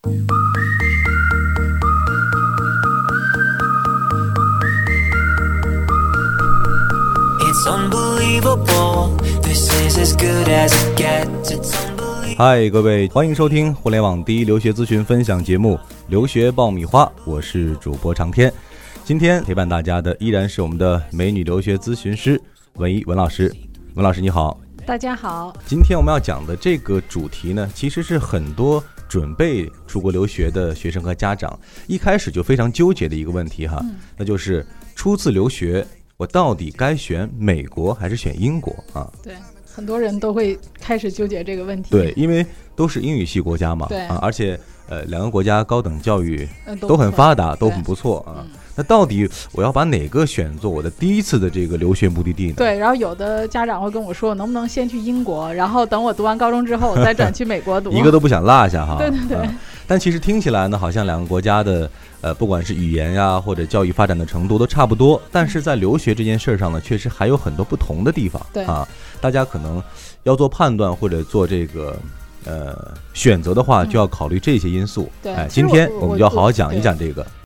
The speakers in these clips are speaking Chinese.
嗨，各位，欢迎收听互联网第一留学咨询分享节目《留学爆米花》，我是主播长天。今天陪伴大家的依然是我们的美女留学咨询师文一文老师。文老师你好。 大家好。 今天我们要讲的这个主题呢，其实是很多准备出国留学的学生和家长一开始就非常纠结的一个问题哈，那就是初次留学我到底该选美国还是选英国啊？ 对，很多人都会开始纠结这个问题。 对，因为都是英语系国家嘛， 对而且两个国家高等教育都很发达，都很不错啊。那到底我要把哪个选做我的第一次的这个留学目的地呢？ 对，然后有的家长会跟我说，能不能先去英国，然后等我读完高中之后，我再转去美国读。 一个都不想落下哈。 对对对。 但其实听起来呢，好像两个国家的不管是语言呀或者教育发展的程度都差不多，但是在留学这件事上呢，确实还有很多不同的地方。 对啊，大家可能要做判断或者做这个选择的话，就要考虑这些因素。 对， 今天我们就要好好讲一讲这个。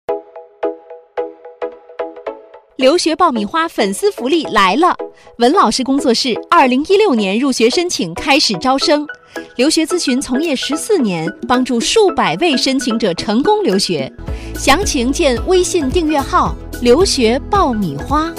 留学爆米花粉丝福利来了！文老师工作室2016年入学申请开始招生，留学咨询从业14年，帮助数百位申请者成功留学。详情见微信订阅号“留学爆米花”。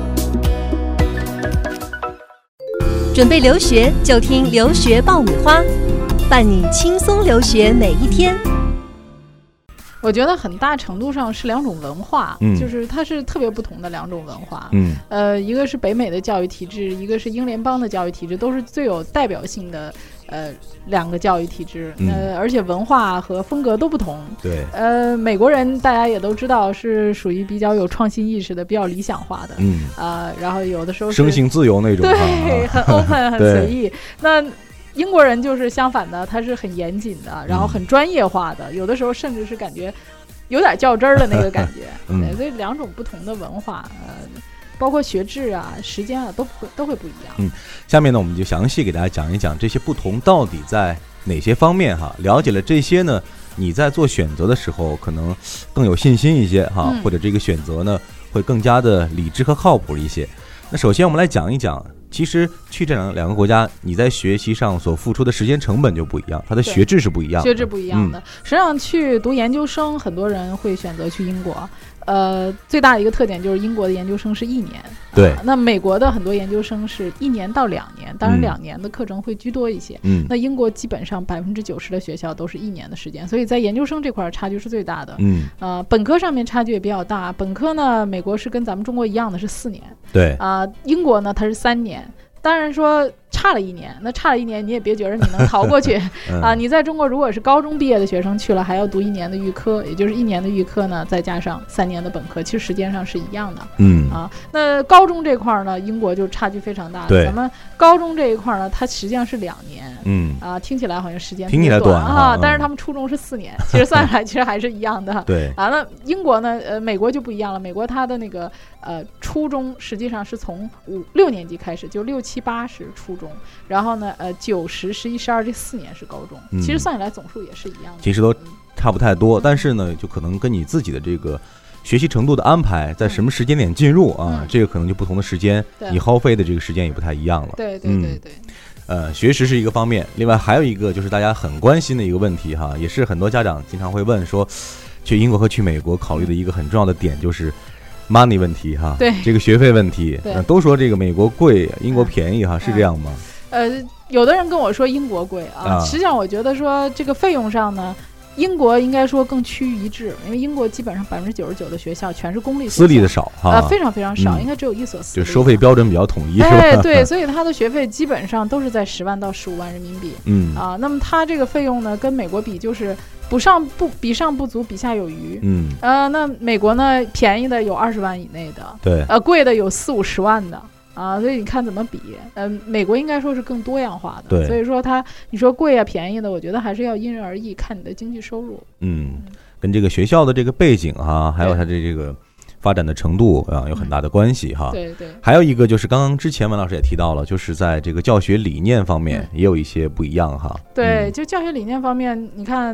准备留学就听留学爆米花，伴你轻松留学每一天。 我觉得很大程度上是两种文化，就是它是特别不同的两种文化。一个是北美的教育体制，一个是英联邦的教育体制，都是最有代表性的两个教育体制。而且文化和风格都不同。 对。 美国人大家也都知道是属于比较有创新意识的，比较理想化的。然后有的时候是生性自由那种。 对，很 open 很随意。那英国人就是相反的，他是很严谨的，然后很专业化的，有的时候甚至是感觉有点较真儿的那个感觉。对，所以两种不同的文化，包括学制啊、时间啊，都会不一样。 下面呢，我们就详细给大家讲一讲这些不同到底在哪些方面哈。了解了这些呢，你在做选择的时候可能更有信心一些哈，或者这个选择呢会更加的理智和靠谱一些。那首先我们来讲一讲。其实去这两个国家，你在学习上所付出的时间成本就不一样，它的学制是不一样的。 学制不一样的。实际上去读研究生，很多人会选择去英国。最大的一个特点就是英国的研究生是1年。 对。 那美国的很多研究生是1年到2年，当然2年的课程会居多一些。那英国基本上90%的学校都是1年的时间，所以在研究生这块差距是最大的。本科上面差距也比较大。本科呢，美国是跟咱们中国一样的是4年。 对。 英国呢，它是3年。当然说差了1年，那差了1年你也别觉得你能逃过去你在中国如果是高中毕业的学生去了，还要读1年的预科，也就是1年的预科呢，再加上3年的本科，其实时间上是一样的。那高中这块呢，英国就差距非常大。咱们高中这一块呢，它实际上是2年。听起来好像时间听起来短啊， 但是他们初中是4年，其实算下来其实还是一样的。 对。 那英国呢，美国就不一样了，美国它的那个初中实际上是从6年级开始，就6、7、8是初中，然后呢9、10、11、12这4年是高中。其实算下来总数也是一样的， 其实都差不太多。但是呢，就可能跟你自己的这个学习程度的安排，在什么时间点进入这个可能就不同的时间，你耗费的这个时间也不太一样了。 对。 学识是一个方面，另外还有一个就是大家很关心的一个问题哈，也是很多家长经常会问说，去英国和去美国考虑的一个很重要的点就是money 问题哈。 对， 这个学费问题。都说这个美国贵，英国便宜哈，是这样吗？ 有的人跟我说英国贵实际上我觉得说这个费用上呢，英国应该说更趋于一致，因为英国基本上99%的学校全是公立学校， 私立的少非常非常少，应该只有1所私立， 就收费标准比较统一，是吧？ 对，所以它的学费基本上都是在10万到15万人民币。那么它这个费用呢，跟美国比就是比上不足，比下有余。那美国呢，便宜的有20万以内的， 对， 贵的有40、50万的。所以你看怎么比？美国应该说是更多样化的， 对， 所以说你说贵啊便宜的，我觉得还是要因人而异，看你的经济收入。 跟这个学校的这个背景还有它的这个发展的程度有很大的关系哈。 对。 还有一个就是刚刚之前文老师也提到了，就是在这个教学理念方面也有一些不一样哈。 对，就教学理念方面，你看。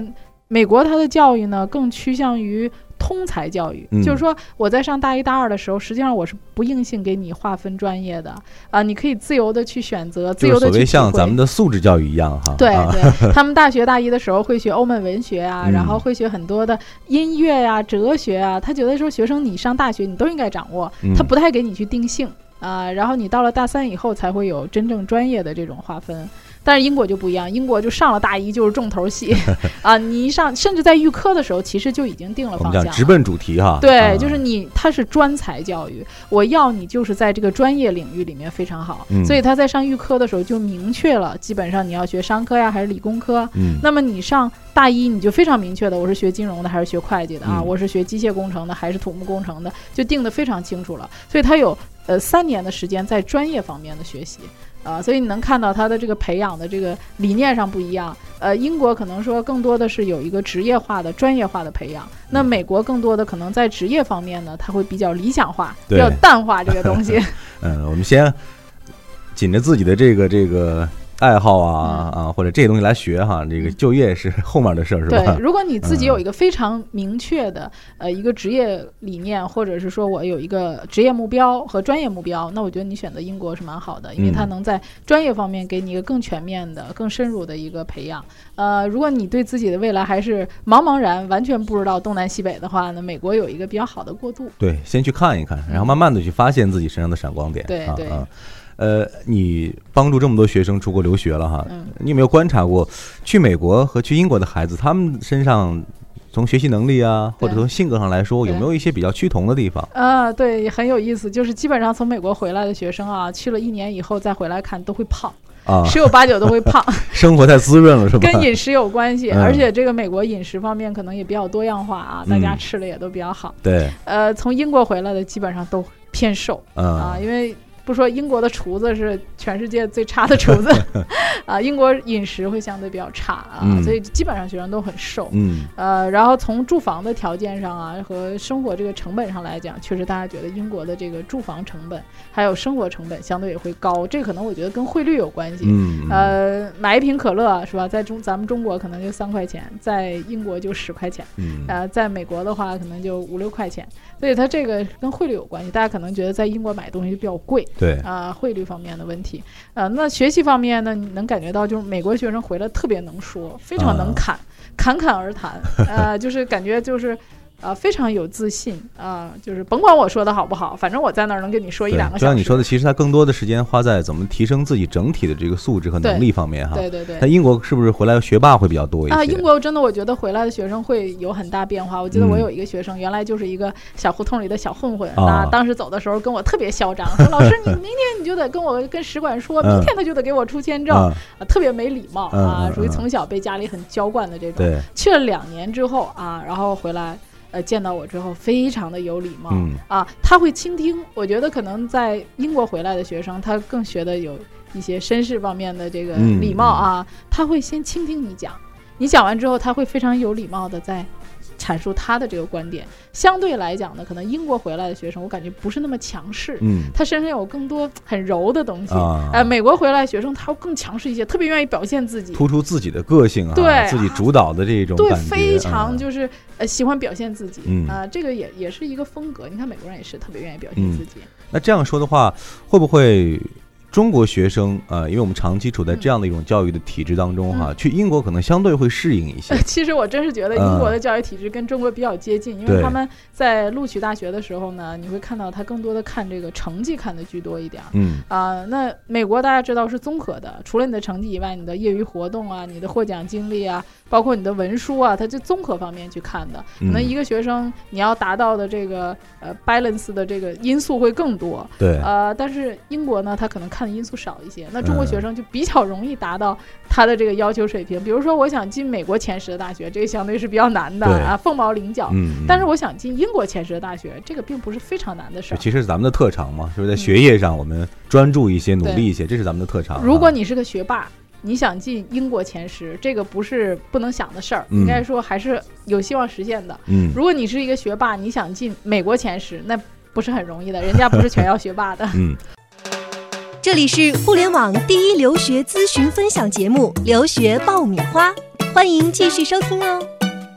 美国它的教育呢更趋向于通才教育，就是说我在上大一大二的时候，实际上我是不硬性给你划分专业的你可以自由的去选择，自由的去体会， 所谓像咱们的素质教育一样哈。 对对，他们大学大一的时候会学欧美文学然后会学很多的音乐哲学他觉得说学生你上大学你都应该掌握，他不太给你去定性然后你到了大三以后才会有真正专业的这种划分。但是英国就不一样，英国就上了大一就是重头戏你一上甚至在预科的时候其实就已经定了方向了， 我们讲直奔主题哈。 对，就是它是专才教育，我要你就是在这个专业领域里面非常好所以他在上预科的时候就明确了，基本上你要学商科还是理工科那么你上大一你就非常明确的，我是学金融的还是学会计的我是学机械工程的还是土木工程的，就定得非常清楚了。所以他有3年的时间在专业方面的学习所以你能看到他的这个培养的这个理念上不一样。英国可能说更多的是有一个职业化的专业化的培养，那美国更多的可能在职业方面呢，它会比较理想化，比较淡化这个东西。 我们先紧着自己的这个爱好或者这些东西来学哈，这个就业是后面的事儿，是吧？ 对，如果你自己有一个非常明确的一个职业理念，或者是说我有一个职业目标和专业目标，那我觉得你选择英国是蛮好的，因为它能在专业方面给你一个更全面的、更深入的一个培养。如果你对自己的未来还是茫茫然，完全不知道东南西北的话呢，美国有一个比较好的过渡。 对，先去看一看，然后慢慢的去发现自己身上的闪光点。 对对。 你帮助这么多学生出国留学了哈，你有没有观察过去美国和去英国的孩子，他们身上从学习能力或者从性格上来说，有没有一些比较趋同的地方？ 对，很有意思，就是基本上从美国回来的学生去了1年以后再回来看都会胖，10有8九都会胖， 生活太滋润了是吧？ 跟饮食有关系，而且这个美国饮食方面可能也比较多样化大家吃的也都比较好。 对， 从英国回来的基本上都偏瘦因为不说英国的厨子是全世界最差的厨子英国饮食会相对比较差所以基本上学生都很瘦然后从住房的条件上和生活这个成本上来讲，确实大家觉得英国的这个住房成本还有生活成本相对也会高，这可能我觉得跟汇率有关系买一瓶可乐是吧，在咱们中国可能就3块钱，在英国就10块钱在美国的话可能就5-6块钱，所以它这个跟汇率有关系，大家可能觉得在英国买东西就比较贵， 对汇率方面的问题那学习方面呢，你能感觉到就是美国学生回来特别能说，非常能侃而谈就是感觉就是非常有自信就是甭管我说的好不好，反正我在那儿能跟你说1-2个小时。 就像你说的，其实他更多的时间花在怎么提升自己整体的这个素质和能力方面哈。 对对对。 那英国是不是回来学霸会比较多一些？ 英国真的我觉得回来的学生会有很大变化。我记得我有一个学生原来就是一个小胡同里的小混混当时走的时候跟我特别嚣张，说老师你明天你就得跟使馆说，明天他就得给我出签证特别没礼貌属于从小被家里很娇惯的这种。去了2年之后然后回来见到我之后非常的有礼貌他会倾听。我觉得可能在英国回来的学生他更学的有一些绅士方面的这个礼貌他会先倾听你讲，你讲完之后他会非常有礼貌的在阐述他的这个观点。相对来讲呢，可能英国回来的学生我感觉不是那么强势他身上有更多很柔的东西美国回来的学生他会更强势一些，特别愿意表现自己， 突出自己的个性对自己主导的这种感觉， 对，非常就是喜欢表现自己这个也是一个风格。你看美国人也是特别愿意表现自己那这样说的话，会不会中国学生因为我们长期处在这样的一种教育的体制当中去英国可能相对会适应一些。 其实我真是觉得英国的教育体制跟中国比较接近因为他们在录取大学的时候呢，你会看到他更多的看这个成绩看的居多一点那美国大家知道是综合的，除了你的成绩以外，你的业余活动你的获奖经历包括你的文书它就综合方面去看的可能一个学生你要达到的这个balance 的这个因素会更多对但是英国呢他可能看的因素少一些，那中国学生就比较容易达到他的这个要求水平比如说我想进美国前10的大学，这个相对是比较难的凤毛麟角但是我想进英国前10的大学，这个并不是非常难的事。 其实是咱们的特长嘛，就是在学业上我们专注一些努力一些，这是咱们的特长如果你是个学霸你想进英国前10，这个不是不能想的事儿应该说还是有希望实现的如果你是一个学霸，你想进美国前10，那不是很容易的，人家不是全要学霸的这里是互联网第一留学咨询分享节目《留学爆米花》，欢迎继续收听哦。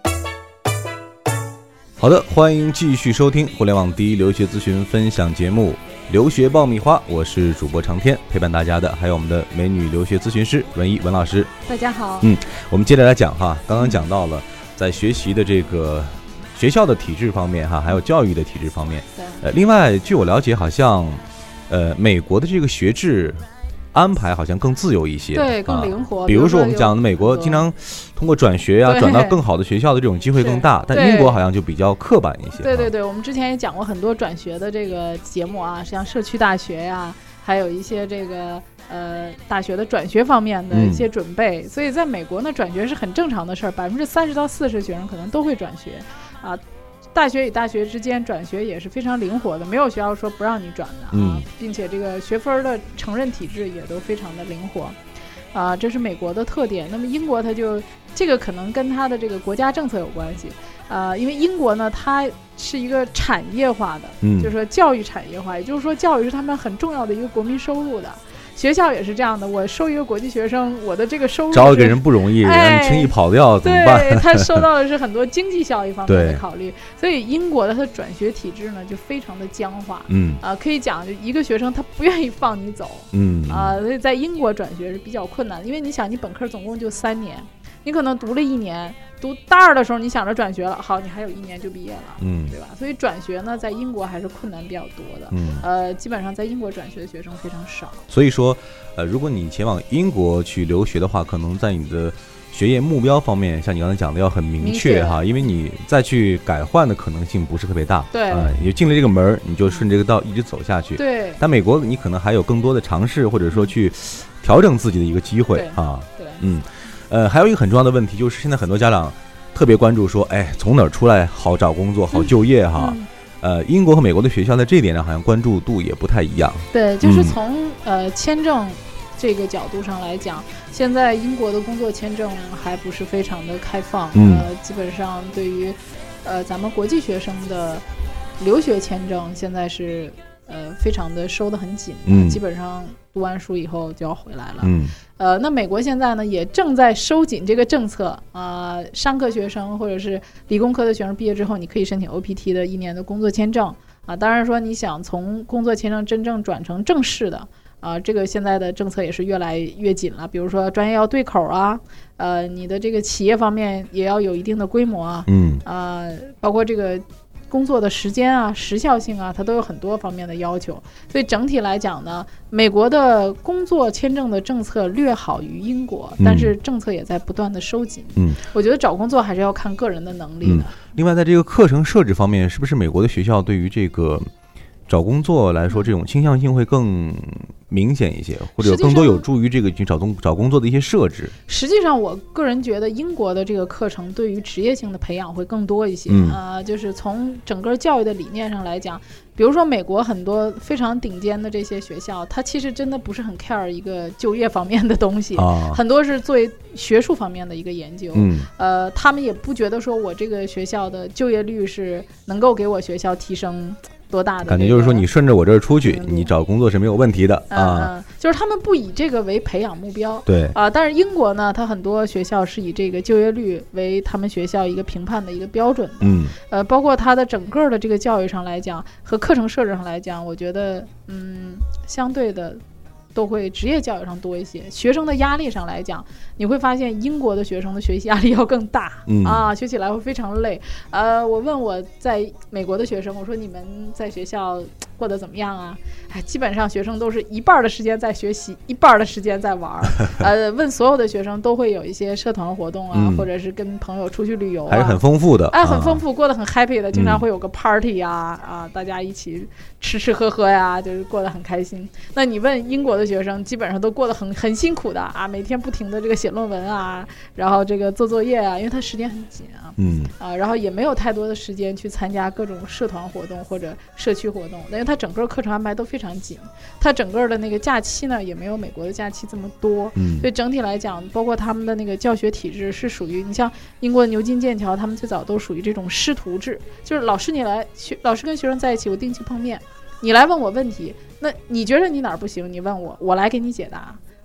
好的，欢迎继续收听互联网第一留学咨询分享节目《留学爆米花》，我是主播长天，陪伴大家的还有我们的美女留学咨询师文一文老师。 大家好。 我们接着来讲哈，刚刚讲到了在学习的这个学校的体制方面哈，还有教育的体制方面。另外据我了解，好像美国的这个学制安排好像更自由一些， 对，更灵活。 比如说我们讲的美国经常通过转学啊，转到更好的学校的这种机会更大，但英国好像就比较刻板一些。 对对对，我们之前也讲过很多转学的这个节目啊，像社区大学呀，还有一些这个大学的转学方面的一些准备。所以在美国呢，转学是很正常的事儿，30%到40%学生可能都会转学啊。大学与大学之间转学也是非常灵活的，没有学校说不让你转的啊，并且这个学分的承认体制也都非常的灵活啊，这是美国的特点。那么英国它就这个可能跟它的这个国家政策有关系因为英国呢它是一个产业化的，就是说教育产业化，也就是说教育是他们很重要的一个国民收入的。学校也是这样的，我收一个国际学生，我的这个收入招一个人不容易，让你轻易跑掉怎么办？ 对，他收到的是很多经济效益方面的考虑。所以英国的它转学体制呢就非常的僵化，可以讲就一个学生他不愿意放你走，所以在英国转学是比较困难的，因为你想你本科总共就3年，你可能读了1年，读大2的时候你想着转学了，好，你还有1年就毕业了，对吧？所以转学呢在英国还是困难比较多的，基本上在英国转学的学生非常少。 所以说如果你前往英国去留学的话，可能在你的学业目标方面像你刚才讲的要很明确哈，因为你再去改换的可能性不是特别大， 对， 你进了这个门你就顺这个道一直走下去， 对。 但美国你可能还有更多的尝试或者说去调整自己的一个机会啊，对，还有一个很重要的问题就是现在很多家长特别关注说，从哪儿出来好找工作好就业哈，英国和美国的学校在这一点上好像关注度也不太一样。 对，就是从签证这个角度上来讲，现在英国的工作签证还不是非常的开放，基本上对于咱们国际学生的留学签证现在是非常的收得很紧，基本上读完书以后就要回来了。那美国现在呢也正在收紧这个政策商科学生或者是理工科的学生毕业之后，你可以申请 OPT 的1年的工作签证当然说你想从工作签证真正转成正式的这个现在的政策也是越来越紧了，比如说专业要对口你的这个企业方面也要有一定的规模包括这个工作的时间时效性它都有很多方面的要求。所以整体来讲呢，美国的工作签证的政策略好于英国，但是政策也在不断的收紧。我觉得找工作还是要看个人的能力的。 另外在这个课程设置方面，是不是美国的学校对于这个找工作来说这种倾向性会更明显一些，或者更多有助于这个找工作的一些设置？ 实际上我个人觉得英国的这个课程对于职业性的培养会更多一些就是从整个教育的理念上来讲，比如说美国很多非常顶尖的这些学校，它其实真的不是很 care 一个就业方面的东西很多是作为学术方面的一个研究他们也不觉得说我这个学校的就业率是能够给我学校提升多大的感觉， 就是说你顺着我这儿出去你找工作是没有问题的就是他们不以这个为培养目标， 对但是英国呢，它很多学校是以这个就业率为他们学校一个评判的一个标准的包括它的整个的这个教育上来讲和课程设置上来讲，我觉得相对的都会职业教育上多一些。学生的压力上来讲，你会发现英国的学生的学习压力要更大学起来会非常累我问我在美国的学生，我说你们在学校过得怎么样基本上学生都是一半的时间在学习，一半的时间在玩问所有的学生都会有一些社团活动或者是跟朋友出去旅游还是很丰富的很丰富，过得很 happy 的，经常会有个 party 大家一起吃喝喝就是过得很开心。那你问英国的学生，基本上都过得很辛苦的每天不停的这个写论文然后这个做作业因为他时间很紧然后也没有太多的时间去参加各种社团活动或者社区活动，因为他整个课程安排都非常紧，他整个的那个假期呢也没有美国的假期这么多所以整体来讲，包括他们的那个教学体制是属于，你像英国的牛津剑桥他们最早都属于这种师徒制，就是老师老师跟学生在一起，我定期碰面，你来问我问题，那你觉得你哪儿不行你问我，我来给你解答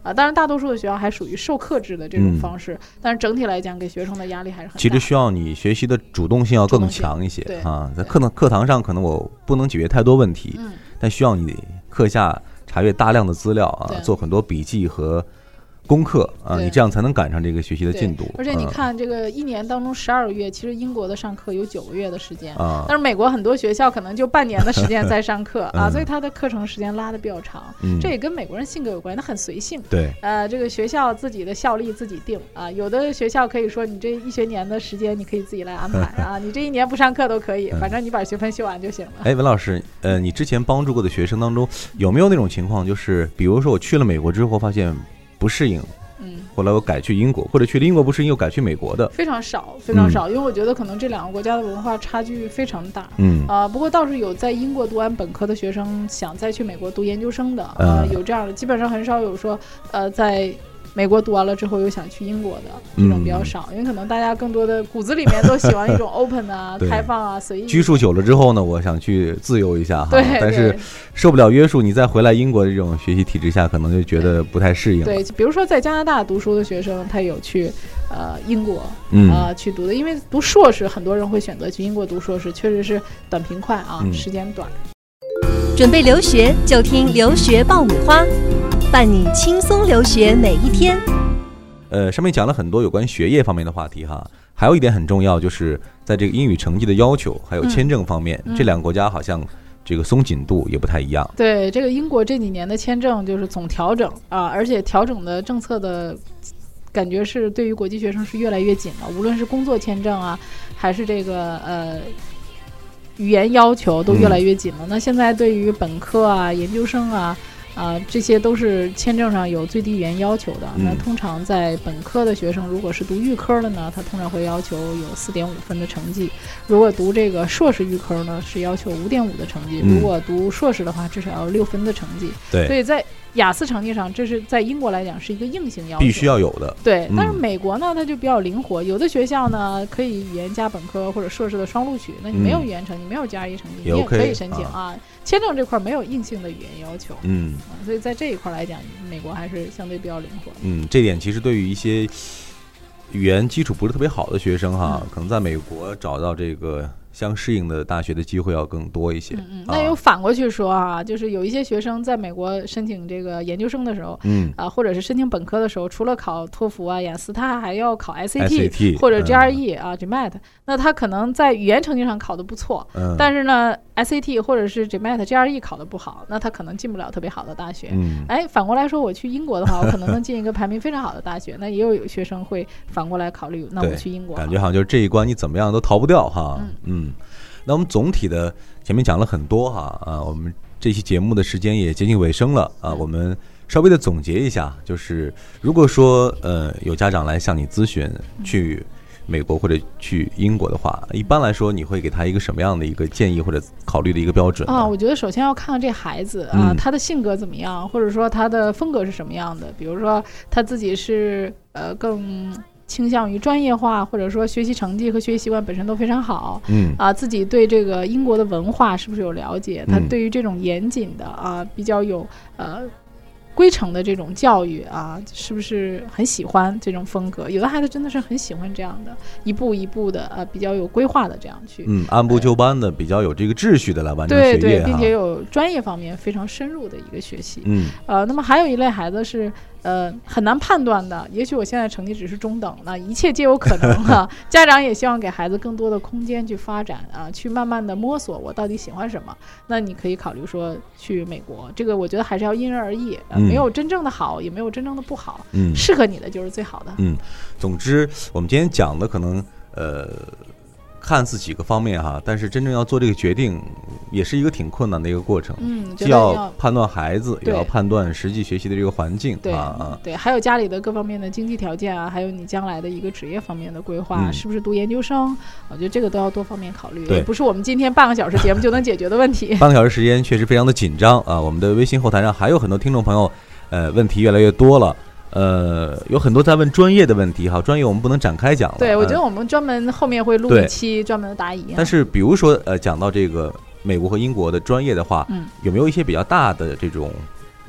当然大多数的学校还属于授课制的这种方式，但是整体来讲给学生的压力还是很大。 其实需要你学习的主动性要更强一些啊，在课堂上可能我不能解决太多问题，但需要你课下查阅大量的资料啊，做很多笔记和功课啊，你这样才能赶上这个学习的进度。 而且你看，这个一年当中12个月，其实英国的上课有9个月的时间，但是美国很多学校可能就半年的时间在上课啊，所以它的课程时间拉得比较长。这也跟美国人性格有关，他很随性。 对， 这个学校自己的效力自己定啊，有的学校可以说你这一学年的时间你可以自己来安排啊，你这一年不上课都可以，反正你把学分修完就行了。 哎，文老师，你之前帮助过的学生当中有没有那种情况，就是比如说我去了美国之后发现不适应，后来我改去英国，或者去了英国不适应又改去美国的？非常少， 因为我觉得可能这两个国家的文化差距非常大。不过倒是有在英国读完本科的学生想再去美国读研究生的，有这样的，基本上很少有说在美国读完了之后又想去英国的，这种比较少，因为可能大家更多的骨子里面都喜欢一种 open 啊开放啊随意。 拘束久了之后呢，我想去自由一下哈，但是受不了约束，你再回来英国的这种学习体制下，可能就觉得不太适应。 对，比如说在加拿大读书的学生，他有去英国去读的，因为读硕士，很多人会选择去英国读硕士，确实是短平快啊，时间短。 准备留学就听留学爆米花，伴你轻松留学每一天。 上面讲了很多有关学业方面的话题哈，还有一点很重要，就是在这个英语成绩的要求还有签证方面，这两个国家好像这个松紧度也不太一样。 对，这个英国这几年的签证就是总调整啊，而且调整的政策的感觉是对于国际学生是越来越紧了，无论是工作签证啊，还是这个语言要求都越来越紧了。那现在对于本科啊、研究生啊这些都是签证上有最低语言要求的。那通常在本科的学生，如果是读预科的呢，他通常会要求有4.5分的成绩；如果读这个硕士预科呢，是要求5.5的成绩；如果读硕士的话，至少要6分的成绩。 对， 所以在雅思成绩上，这是在英国来讲是一个硬性要求， 必须要有的。 对，但是美国呢，它就比较灵活，有的学校呢可以语言加本科或者硕士的双录取，那你没有语言成绩，没有GRE成绩，你也可以申请啊。签证这块没有硬性的语言要求，所以在这一块来讲，美国还是相对比较灵活。 这点其实对于一些语言基础不是特别好的学生哈，可能在美国找到这个相适应的大学的机会要更多一些。 那又反过去说啊，就是有一些学生在美国申请这个研究生的时候，或者是申请本科的时候，除了考托福啊、雅思，他还要考 SAT 或者 GRE GMAT。那他可能在语言成绩上考得不错，但是呢 SAT 或者是 GMAT、GRE 考得不好，那他可能进不了特别好的大学。反过来说，我去英国的话，我可能能进一个排名非常好的大学。那也有学生会反过来考虑，那我去英国。 感觉好像就是这一关你怎么样都逃不掉哈。那我们总体的前面讲了很多哈我们这期节目的时间也接近尾声了我们稍微的总结一下，就是如果说有家长来向你咨询去美国或者去英国的话，一般来说你会给他一个什么样的一个建议或者考虑的一个标准我觉得首先要看看这孩子他的性格怎么样，或者说他的风格是什么样的。比如说他自己是更倾向于专业化，或者说学习成绩和学习习惯本身都非常好，自己对这个英国的文化是不是有了解，他对于这种严谨的比较有规程的这种教育是不是很喜欢这种风格。有的孩子真的是很喜欢这样的一步一步的比较有规划的这样去按部就班的比较有这个秩序的来完成学业， 对，并且有专业方面非常深入的一个学习。那么还有一类孩子是很难判断的，也许我现在成绩只是中等，那一切皆有可能家长也希望给孩子更多的空间去发展去慢慢的摸索我到底喜欢什么。那你可以考虑说去美国，这个我觉得还是要因人而异没有真正的好，也没有真正的不好适合你的就是最好的。 总之我们今天讲的可能看似几个方面但是真正要做这个决定也是一个挺困难的一个过程既要判断孩子，也要判断实际学习的这个环境对，还有家里的各方面的经济条件还有你将来的一个职业方面的规划是不是读研究生，我觉得这个都要多方面考虑，也不是我们今天半个小时节目就能解决的问题半个小时时间确实非常的紧张我们的微信后台上还有很多听众朋友问题越来越多了有很多在问专业的问题专业我们不能展开讲了。 对，我觉得我们专门后面会录一期专门的答疑但是比如说讲到这个美国和英国的专业的话有没有一些比较大的这种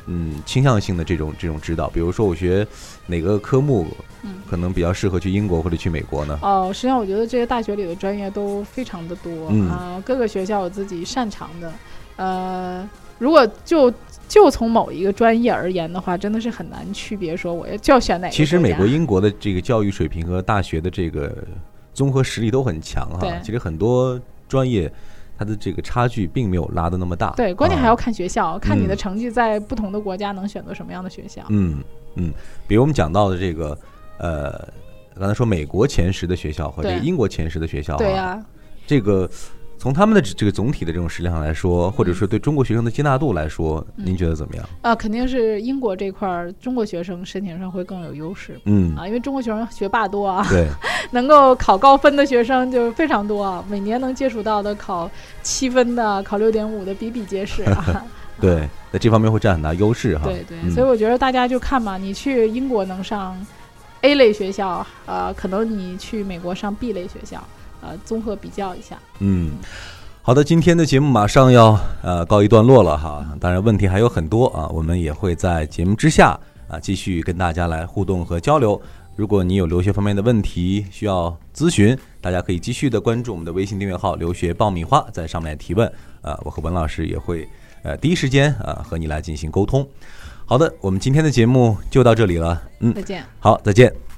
倾向性的这种指导？比如说我学哪个科目，可能比较适合去英国或者去美国呢？ 实际上我觉得这些大学里的专业都非常的多各个学校有自己擅长的。如果就从某一个专业而言的话，真的是很难区别说我就要选哪个。 其实美国、英国的这个教育水平和大学的这个综合实力都很强其实很多专业它的这个差距并没有拉得那么大。 对，关键还要看学校，看你的成绩在不同的国家能选择什么样的学校。 比如我们讲到的这个刚才说美国前10的学校和这个英国前10的学校对呀， 这个从他们的这个总体的这种实力上来说，或者说对中国学生的接纳度来说，您觉得怎么样？ 肯定是英国这块中国学生申请上会更有优势。因为中国学生学霸多对， 能够考高分的学生就非常多每年能接触到的考7分的、考6.5的比比皆是对，在这方面会占很大优势对，所以我觉得大家就看嘛，你去英国能上 A 类学校，可能你去美国上 B 类学校。综合比较一下。 好的，今天的节目马上要告一段落了哈。当然问题还有很多我们也会在节目之下继续跟大家来互动和交流。如果你有留学方面的问题需要咨询，大家可以继续的关注我们的微信订阅号留学爆米花，在上面提问我和文老师也会第一时间和你来进行沟通。好的，我们今天的节目就到这里了。 再见。 好，再见。